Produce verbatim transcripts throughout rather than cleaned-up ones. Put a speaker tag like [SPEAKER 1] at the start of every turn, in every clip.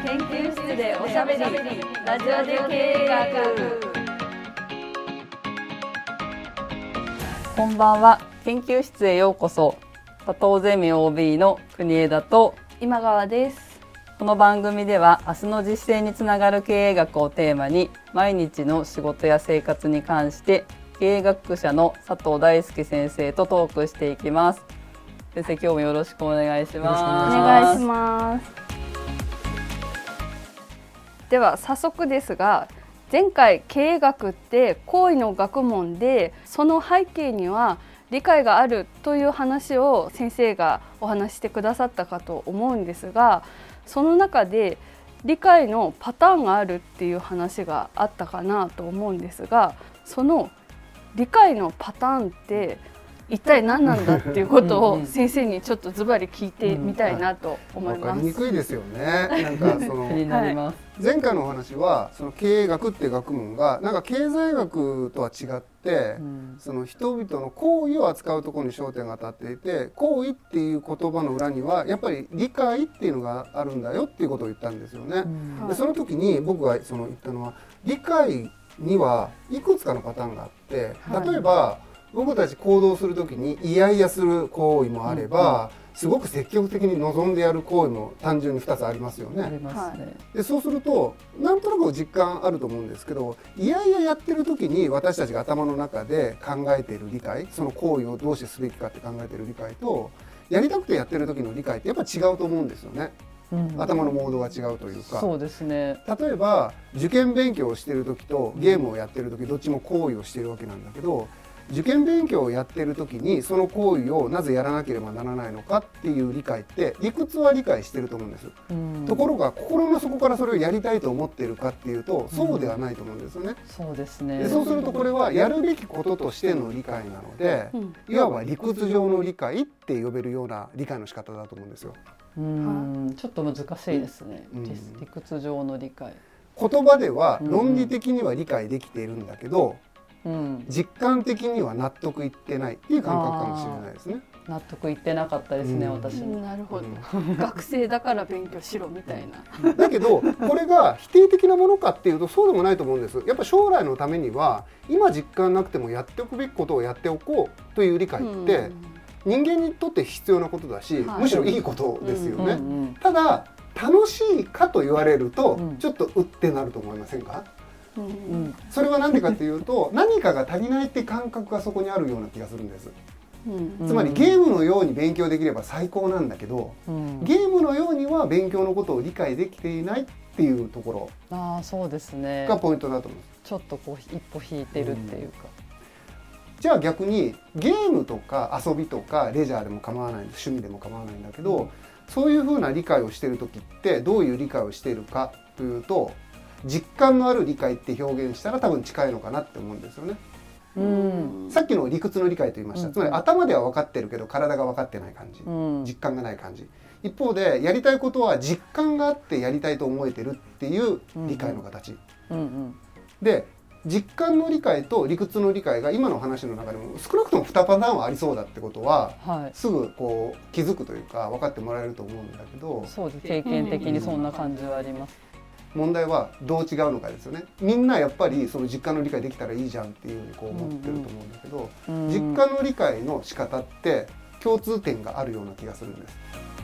[SPEAKER 1] 研究室でおしゃべりラジオで経営学。
[SPEAKER 2] こんばんは。研究室へようこそ。多頭ゼミ オービー の国枝と
[SPEAKER 1] 今川です。
[SPEAKER 2] この番組では明日の実践につながる経営学をテーマに毎日の仕事や生活に関して経営学者の佐藤大輔先生とトークしていきます。先生、今日もよろしくお願いします。
[SPEAKER 1] お願いします。では早速ですが、前回経営学って行為の学問でその背景には理解があるという話を先生がお話してくださったかと思うんですが、その中で理解のパターンがあるっていう話があったかなと思うんですが、その理解のパターンって一体何なんだっていうことを先生にちょっとズバリ聞いてみたいなと思います。
[SPEAKER 3] わかりにくいですよね。なんかその
[SPEAKER 2] 気になります。
[SPEAKER 3] 前回のお話はその経営学っていう学問がなんか経済学とは違って、うん、その人々の行為を扱うところに焦点が当たっていて、行為っていう言葉の裏にはやっぱり理解っていうのがあるんだよっていうことを言ったんですよね。うん、でその時に僕がその言ったのは、理解にはいくつかのパターンがあって、例えば、はい、僕たち行動するときにイヤイヤする行為もあれば、うん、すごく積極的に望んでやる行為も単純にふたつありますよね。
[SPEAKER 2] ありますね。
[SPEAKER 3] でそうするとなんとなく実感あると思うんですけど、イヤイヤやってるときに私たちが頭の中で考えている理解、その行為をどうしてすべきかって考えている理解と、やりたくてやってる時の理解ってやっぱ違うと思うんですよね。うん、頭のモードが違うというか。
[SPEAKER 2] そうですね。
[SPEAKER 3] 例えば受験勉強をしている時とゲームをやってる時、どっちも行為をしているわけなんだけど、受験勉強をやっている時にその行為をなぜやらなければならないのかっていう理解って理屈は理解してると思うんです。うん、ところが心の底からそれをやりたいと思っているかっていうと、そうではないと思うんですよね。
[SPEAKER 2] うん、そうですね。
[SPEAKER 3] でそうするとこれはやるべきこととしての理解なので、うん、いわば理屈上の理解って呼べるような理解の仕方だと思うんですよ。
[SPEAKER 2] うん、ちょっと難しいですね。うん、理屈上の理解。
[SPEAKER 3] 言葉では論理的には理解できているんだけど、うん、実感的には納得いってないっていう感覚かもしれないですね。
[SPEAKER 2] 納得いってなかったですね、うん、私。
[SPEAKER 1] なるほど、うん、学生だから勉強しろみたいな。
[SPEAKER 3] だけどこれが否定的なものかっていうとそうでもないと思うんです。やっぱ将来のためには今実感なくてもやっておくべきことをやっておこうという理解って、うん、人間にとって必要なことだし、はい、むしろいいことですよね。うんうんうん、ただ楽しいかと言われると、うん、ちょっとうってなると思いませんか？うんうん、それは何でかっていうと何かが足りないって感覚がそこにあるような気がするんです。うん、つまりゲームのように勉強できれば最高なんだけど、うん、ゲームのようには勉強のことを理解できていないっていうところ
[SPEAKER 2] あーそうですね
[SPEAKER 3] がポイントだと思います。
[SPEAKER 2] ちょっとこう一歩引いてるっていうか、
[SPEAKER 3] うん、じゃあ逆にゲームとか遊びとかレジャーでも構わない、趣味でも構わないんだけど、うん、そういうふうな理解をしている時ってどういう理解をしているかというと、実感のある理解って表現したら多分近いのかなって思うんですよね。うん、さっきの理屈の理解と言いました、うん、つまり頭では分かってるけど体が分かってない感じ、うん、実感がない感じ。一方でやりたいことは実感があってやりたいと思えてるっていう理解の形、うんうん、で実感の理解と理屈の理解が今の話の中でも少なくともにパターンはありそうだってことは、はい、すぐこう気づくというか分かってもらえると思うんだけど、
[SPEAKER 2] そうです、経験的にそんな感じはあります。
[SPEAKER 3] 問題はどう違うのかですよね。みんなやっぱりその実感の理解できたらいいじゃんっていうふうにこう思ってると思うんだけど、うんうん、実感の理解の仕方って共通点があるような気がするんです。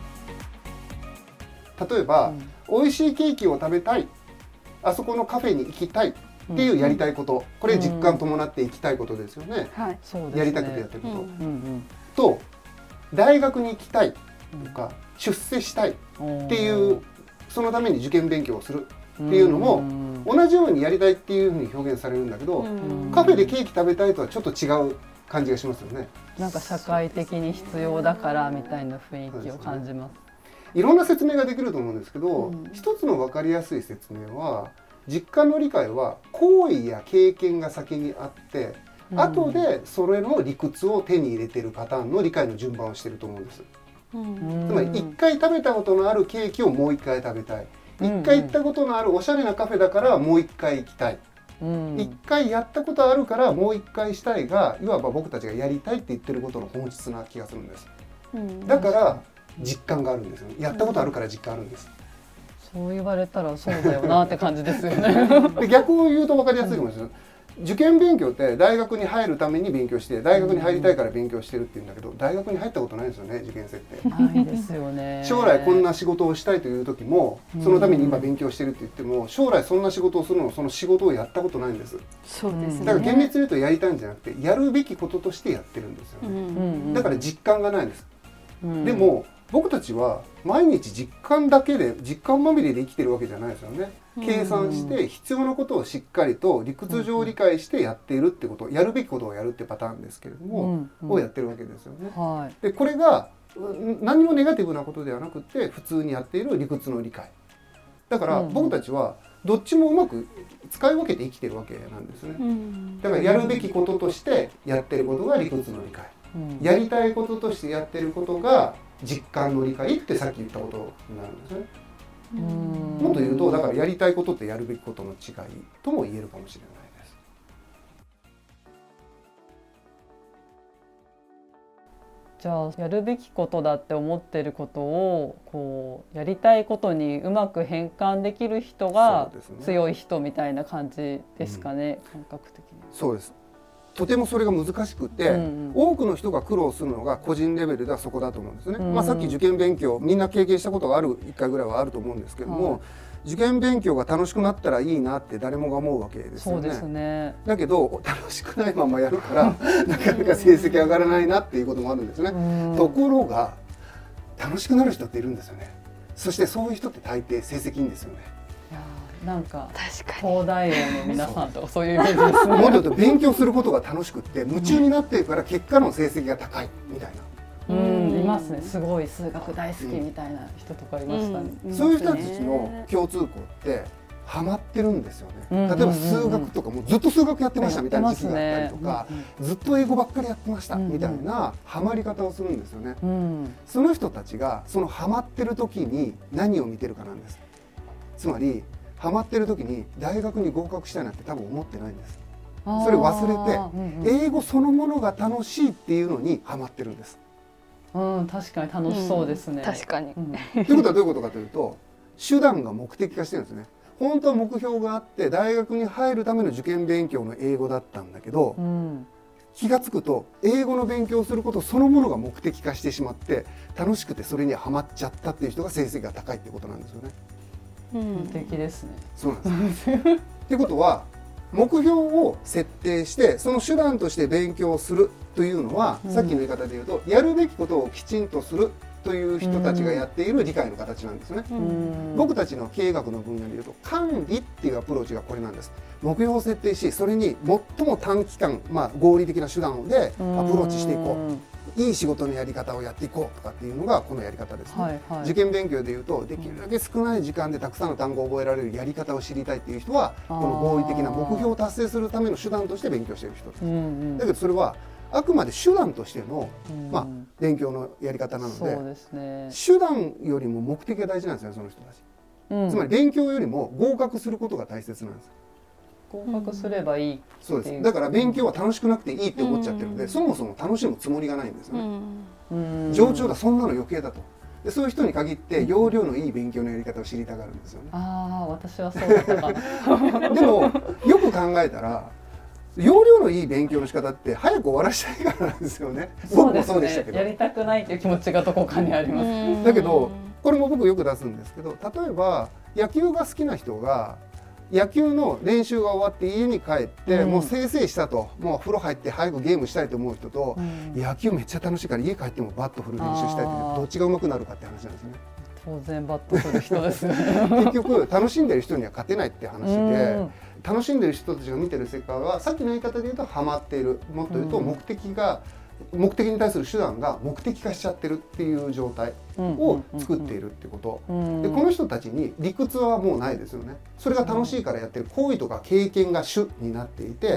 [SPEAKER 3] 例えば、うん、美味しいケーキを食べたい、あそこのカフェに行きたいっていうやりたいこと、うん、これ実感伴って行きたいことですよね。うんはい、そうですね、やりたくてやってること、うんうんうん、と大学に行きたいとか、うん、出世したいっていうそのために受験勉強をするっていうのも同じようにやりたいっていうふうに表現されるんだけど、カフェでケーキ食べたいとはちょっと違う感じがしますよね。
[SPEAKER 2] なんか社会的に必要だからみたいな雰囲気を感じます。
[SPEAKER 3] いろんな説明ができると思うんですけど、うん、一つの分かりやすい説明は、実感の理解は行為や経験が先にあって、うん、後でそれの理屈を手に入れているパターンの理解の順番をしていると思うんです。うん、つまり一回食べたことのあるケーキをもう一回食べたい、一、うん、回行ったことのあるおしゃれなカフェだからもう一回行きたい、一、うん、回やったことあるからもう一回したいが、いわば僕たちがやりたいって言ってることの本質な気がするんです。うん、だから実感があるんですよね。やったことあるから実感あるんです。
[SPEAKER 2] そう言われたらそうだよなって感じですよね。
[SPEAKER 3] で逆を言うと分かりやすいかもしれない。受験勉強って大学に入るために勉強して大学に入りたいから勉強してるって言うんだけど、大学に入ったことないですよね、受験生って。
[SPEAKER 2] ないですよね。
[SPEAKER 3] 将来こんな仕事をしたいという時もそのために今勉強してるって言っても、将来そんな仕事をするのその仕事をやったことないんです。
[SPEAKER 1] そうですね。
[SPEAKER 3] だから厳密に言うとやりたいんじゃなくてやるべきこととしてやってるんですよね、うん、だから実感がないんです、うん、でも僕たちは毎日実感だけで実感まみれで生きてるわけじゃないですよね。計算して必要なことをしっかりと理屈上理解してやっているってこと、やるべきことをやるってパターンですけれども、うんうん、をやってるわけですよね、はい、でこれが何もネガティブなことではなくて普通にやっている理屈の理解だから僕たちはどっちもうまく使い分けて生きてるわけなんですね、うん、だからやるべきこととしてやってることが理屈の理解、うん、やりたいこととしてやってることが実感の理解ってさっき言ったことになるんですね。うん、もっと言うとだからやりたいことってやるべきことの違いとも言えるかもしれないです。
[SPEAKER 2] じゃあやるべきことだって思ってることをこうやりたいことにうまく変換できる人が強い人みたいな感じですかね、うん、感覚的に。
[SPEAKER 3] そうです。とてもそれが難しくて、うんうん、多くの人が苦労するのが個人レベルではそこだと思うんですね、うんうん、まあ、さっき受験勉強みんな経験したことがあるいっかいぐらいはあると思うんですけども、はい、受験勉強が楽しくなったらいいなって誰もが思うわけですよね。
[SPEAKER 2] そうですね。
[SPEAKER 3] だけど楽しくないままやるからなかなか成績上がらないなっていうこともあるんですね、うん、ところが楽しくなる人っているんですよね。そしてそういう人って大抵成績いいんですよね。
[SPEAKER 2] なんか東大王の皆さんとかそういうイメージですね。
[SPEAKER 3] もっと言うと勉強することが楽しくって夢中になってるから結果の成績が高いみたいな、
[SPEAKER 2] うん、いますね。すごい数学大好きみたいな人とかいましたね、
[SPEAKER 3] うん、そういう人たちの共通項ってハマってるんですよね、うん、例えば数学とかもずっと数学やってましたみたいな時期があったりとか、ね、うん、ずっと英語ばっかりやってましたみたいなハマり方をするんですよね、うん、その人たちがそのハマってる時に何を見てるかなんです。つまりハマってる時に大学に合格したいなんて多分思ってないんです。それ忘れて、うんうん、英語そのものが楽しいっていうのにハマってるんです。
[SPEAKER 2] うん、確かに楽しそうですね、
[SPEAKER 1] うん、確かに、うん、
[SPEAKER 3] ということはどういうことかというと手段が目的化してるんですね。本当は目標があって大学に入るための受験勉強の英語だったんだけど、うん、気がつくと英語の勉強をすることそのものが目的化してしまって楽しくてそれにハマっちゃったっていう人が成績が高いってことなんですよね。
[SPEAKER 2] 無敵ですね。
[SPEAKER 3] そうなんです。ってことは目標を設定してその手段として勉強するというのは、うん、さっきの言い方で言うとやるべきことをきちんとするという人たちがやっている理解の形なんですね、うん、僕たちの経営学の分野で言うと管理っていうアプローチがこれなんです。目標を設定しそれに最も短期間、まあ、合理的な手段でアプローチしていこう、いい仕事のやり方をやっていこうとかっていうのがこのやり方ですね、はいはい、受験勉強でいうとできるだけ少ない時間でたくさんの単語を覚えられるやり方を知りたいっていう人はこの合理的な目標を達成するための手段として勉強している人です、うんうん、だけどそれはあくまで手段としての、まあ、勉強のやり方なの で, そうですね、手段よりも目的が大事なんですよその人たち、うん、つまり勉強よりも合格することが大切なんです。
[SPEAKER 2] 合格すればいい、
[SPEAKER 3] そうです。だから勉強は楽しくなくていいって思っちゃってるので、うん、そもそも楽しむつもりがないんですよね、うん、冗長だそんなの余計だと。でそういう人に限って要領のいい勉強のやり方を知りたがるんですよね。
[SPEAKER 2] ああ、私はそうだったかな
[SPEAKER 3] でもよく考えたら要領のいい勉強の仕方って早く終わらせたいからなんですよね。僕もそうでしたけど、
[SPEAKER 2] やりたくないという気持ちがどこかにあります。
[SPEAKER 3] だけどこれも僕よく出すんですけど、例えば野球が好きな人が野球の練習が終わって家に帰って、うん、もうせいせいしたと、もう風呂入って早くゲームしたいと思う人と、うん、野球めっちゃ楽しいから家帰ってもバット振る練習したいってどっちが上手くなるかって話なんですね。
[SPEAKER 2] 当然バット振る人ですね
[SPEAKER 3] 結局楽しんでる人には勝てないって話で、うん、楽しんでる人たちが見てる世界はさっきの言い方で言うとハマっている、もっと言うと目的が、うん、目的に対する手段が目的化しちゃってるっていう状態を作っているっていうこと、うんうん、でこの人たちに理屈はもうないですよね。それが楽しいからやってる行為とか経験が主になっていて、うん、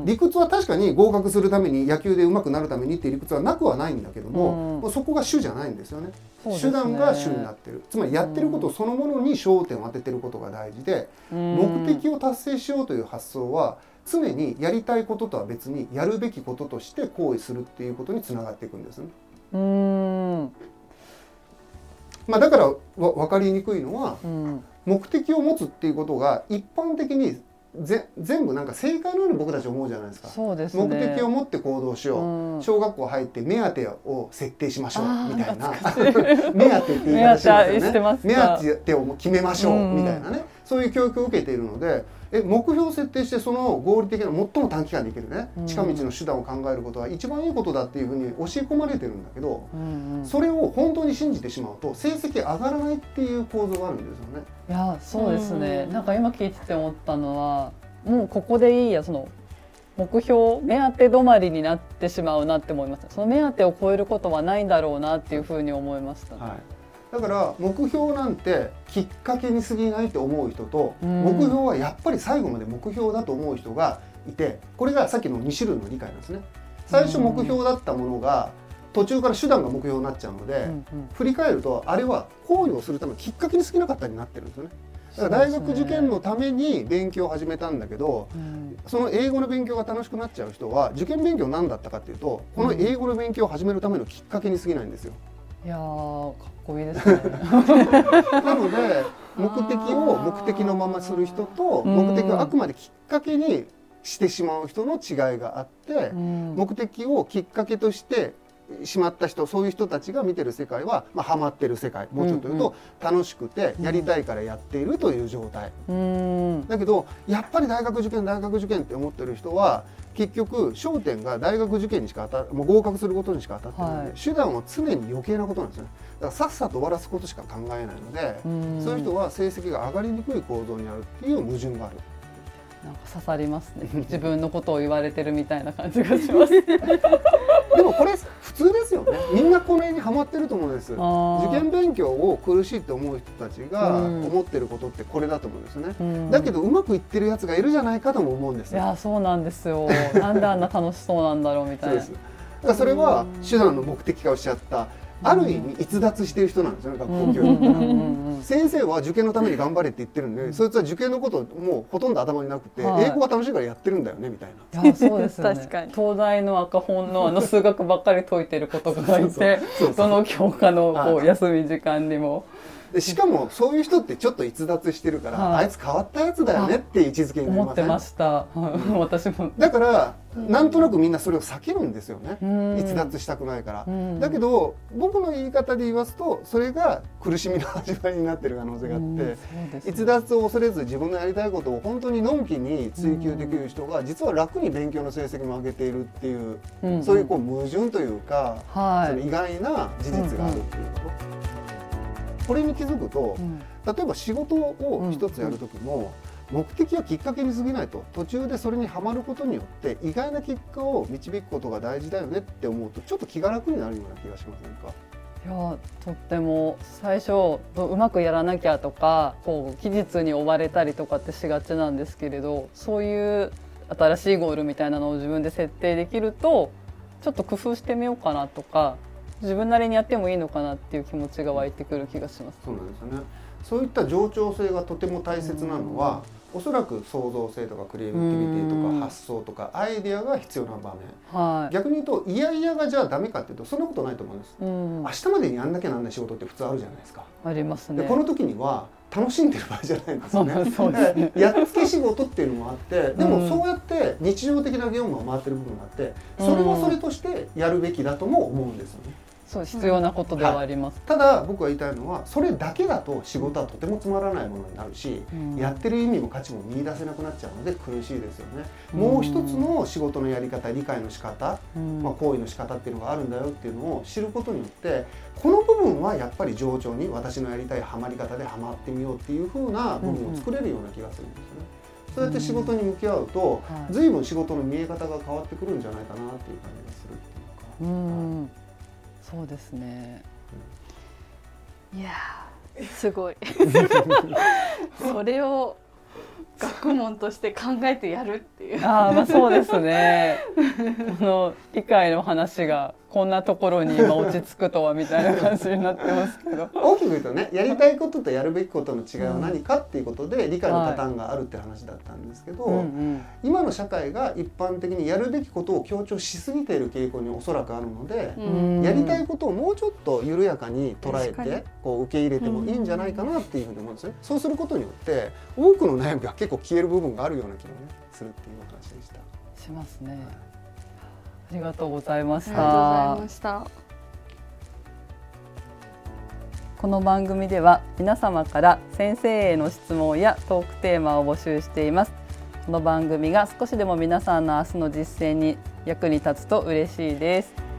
[SPEAKER 3] 理屈は確かに合格するために野球で上手くなるためにっていう理屈はなくはないんだけども、うん、もうそこが主じゃないんですよね。手段が主になってる。つまりやってることそのものに焦点を当ててることが大事で、うん、目的を達成しようという発想は常にやりたいこととは別にやるべきこととして行為するっていうことにつながっていくんですね。うーん、まあ、だからわ分かりにくいのは、うん、 目的を持つっていうことが一般的にぜ全部なんか正解のように僕たち思うじゃないですか。
[SPEAKER 2] そうですね、
[SPEAKER 3] 目的を持って行動しよう、うん、小学校入って目当てを設定しましょうみたいな目当てって言い方しますよね。目当てを決めましょうみたいなね、そういう教育を受けているので、え目標を設定してその合理的な最も短期間でいけるね近道の手段を考えることは一番いいことだっていうふうに教え込まれてるんだけど、うんうん、それを本当に信じてしまうと成績上がらないっていう構造があるんですよね。
[SPEAKER 2] いやそうですね、うん、なんか今聞いてて思ったのはもうここでいいや、その目標目当て止まりになってしまうなって思いました。その目当てを超えることはないんだろうなっていうふうに思いました、ね。はい、
[SPEAKER 3] だから目標なんてきっかけに過ぎないと思う人と、うん、目標はやっぱり最後まで目標だと思う人がいて、これがさっきのに種類の理解なんですね。最初目標だったものが途中から手段が目標になっちゃうので、うんうん、振り返るとあれは行為をするためのきっかけに過ぎなかったになってるんですよね。だから大学受験のために勉強を始めたんだけど、うん、その英語の勉強が楽しくなっちゃう人は受験勉強何だったかっていうと、この英語の勉強を始めるためのきっかけに過ぎないんですよ。
[SPEAKER 2] いやーかっこいいですね
[SPEAKER 3] なので目的を目的のままする人と目的をあくまできっかけにしてしまう人の違いがあって、うん、目的をきっかけとしてしまった人、そういう人たちが見てる世界は、まあ、ハマってる世界、もうちょっと言うと、うんうん、楽しくてやりたいからやっているという状態、うん、だけどやっぱり大学受験大学受験って思ってる人は結局焦点が大学受験にしか当たる、もう合格することにしか当たってないので、はい、手段は常に余計なことなんですよね。だからさっさと終わらすことしか考えないので、うん、そういう人は成績が上がりにくい構造にあるっていう矛盾がある。
[SPEAKER 2] なんか刺さりますね自分のことを言われてるみたいな感じがします
[SPEAKER 3] でもこれ普通ですよね。みんなこの辺にハマってると思うんです。受験勉強を苦しいと思う人たちが思ってることってこれだと思うんですね、うん、だけどうまくいってるやつがいるじゃないかとも思うんです。
[SPEAKER 2] いやそうなんですよなんであんな楽しそうなんだろうみたいな。
[SPEAKER 3] そうです。だからそれは手段の目的化をしちゃったある意味逸脱している人なんですよね、学校教育が。先生は受験のために頑張れって言ってるんで、そいつは受験のこともうほとんど頭になくて、はい、英語が楽しいからやってるんだよねみたいな。
[SPEAKER 2] いやそうですね確かに東大の赤本のあの数学ばっかり解いてる子とかがいてその教科のこう休み時間にも
[SPEAKER 3] でしかもそういう人ってちょっと逸脱してるから、はい、あいつ変わったやつだよねって位置づけになりません？
[SPEAKER 2] 思ってました私も。
[SPEAKER 3] だからなんとなくみんなそれを避けるんですよね、逸脱したくないから。だけど僕の言い方で言わすとそれが苦しみの始まりになってる可能性があって、ね、逸脱を恐れず自分のやりたいことを本当にのんきに追求できる人が実は楽に勉強の成績も上げているっていう、そういうこう矛盾というか、はい、その意外な事実があるっていうこと。これに気づくと、うん、例えば仕事を一つやる時も、うん、目的はきっかけに過ぎないと、途中でそれにはまることによって意外な結果を導くことが大事だよねって思うとちょっと気が楽になるような気がしませんか？
[SPEAKER 2] いやとっても最初うまくやらなきゃとかこう期日に追われたりとかってしがちなんですけれど、そういう新しいゴールみたいなのを自分で設定できるとちょっと工夫してみようかなとか自分なりにやってもいいのかなっていう気持ちが湧いてくる気がします。
[SPEAKER 3] そうなんですよね。そういった冗長性がとても大切なのは、うん、おそらく創造性とかクリエイティビティとか発想とかアイデアが必要な場面、はい、逆に言うといやいやがじゃあダメかっていうとそんなことないと思うんです、うん、明日までにやんなきゃなんない仕事って普通あるじゃないですか。
[SPEAKER 2] ありますね。
[SPEAKER 3] でこの時には楽しんでる場合じゃないんですよね。
[SPEAKER 2] そうですね
[SPEAKER 3] やっつけ仕事っていうのもあってでもそうやって日常的な業務が回ってる部分があってそれはそれとしてやるべきだとも思うんですよね。
[SPEAKER 2] そう必要なことではあります、
[SPEAKER 3] はい、ただ僕が言いたいのはそれだけだと仕事はとてもつまらないものになるし、うん、やってる意味も価値も見出せなくなっちゃうので苦しいですよね、うん、もう一つの仕事のやり方理解の仕方、うん、まあ、行為の仕方っていうのがあるんだよっていうのを知ることによってこの部分はやっぱり冗長に私のやりたいハマり方でハマってみようっていう風な部分を作れるような気がするんですよね、うん、そうやって仕事に向き合うと、うん、随分仕事の見え方が変わってくるんじゃないかなっていう感じがするっていうか、うん
[SPEAKER 2] はい、そうですね、
[SPEAKER 1] うん、いやすごいそれを学問として考えてやるっていう。
[SPEAKER 2] あー、まあそうですね。この理解の話がこんなところに今落ち着くとはみたいな感じになってますけど、
[SPEAKER 3] 大きく言うとね、やりたいこととやるべきことの違いは何かっていうことで理解のパターンがあるって話だったんですけど、
[SPEAKER 2] うんうん、
[SPEAKER 3] 今の社会が一般的にやるべきことを強調しすぎている傾向におそらくあるので、
[SPEAKER 1] うん、
[SPEAKER 3] やりたいことをもうちょっと緩やかに捉えてこう受け入れてもいいんじゃないかなっていうふうに思うんですね。そうすることによって多くの悩みが結構消える部分があるような気が、ね、するっていうお話でした。
[SPEAKER 2] しますね。ありがとうございました。
[SPEAKER 1] ありがとうございました。
[SPEAKER 2] この番組では皆様から先生への質問やトークテーマを募集しています。この番組が少しでも皆さんの明日の実践に役に立つと嬉しいです。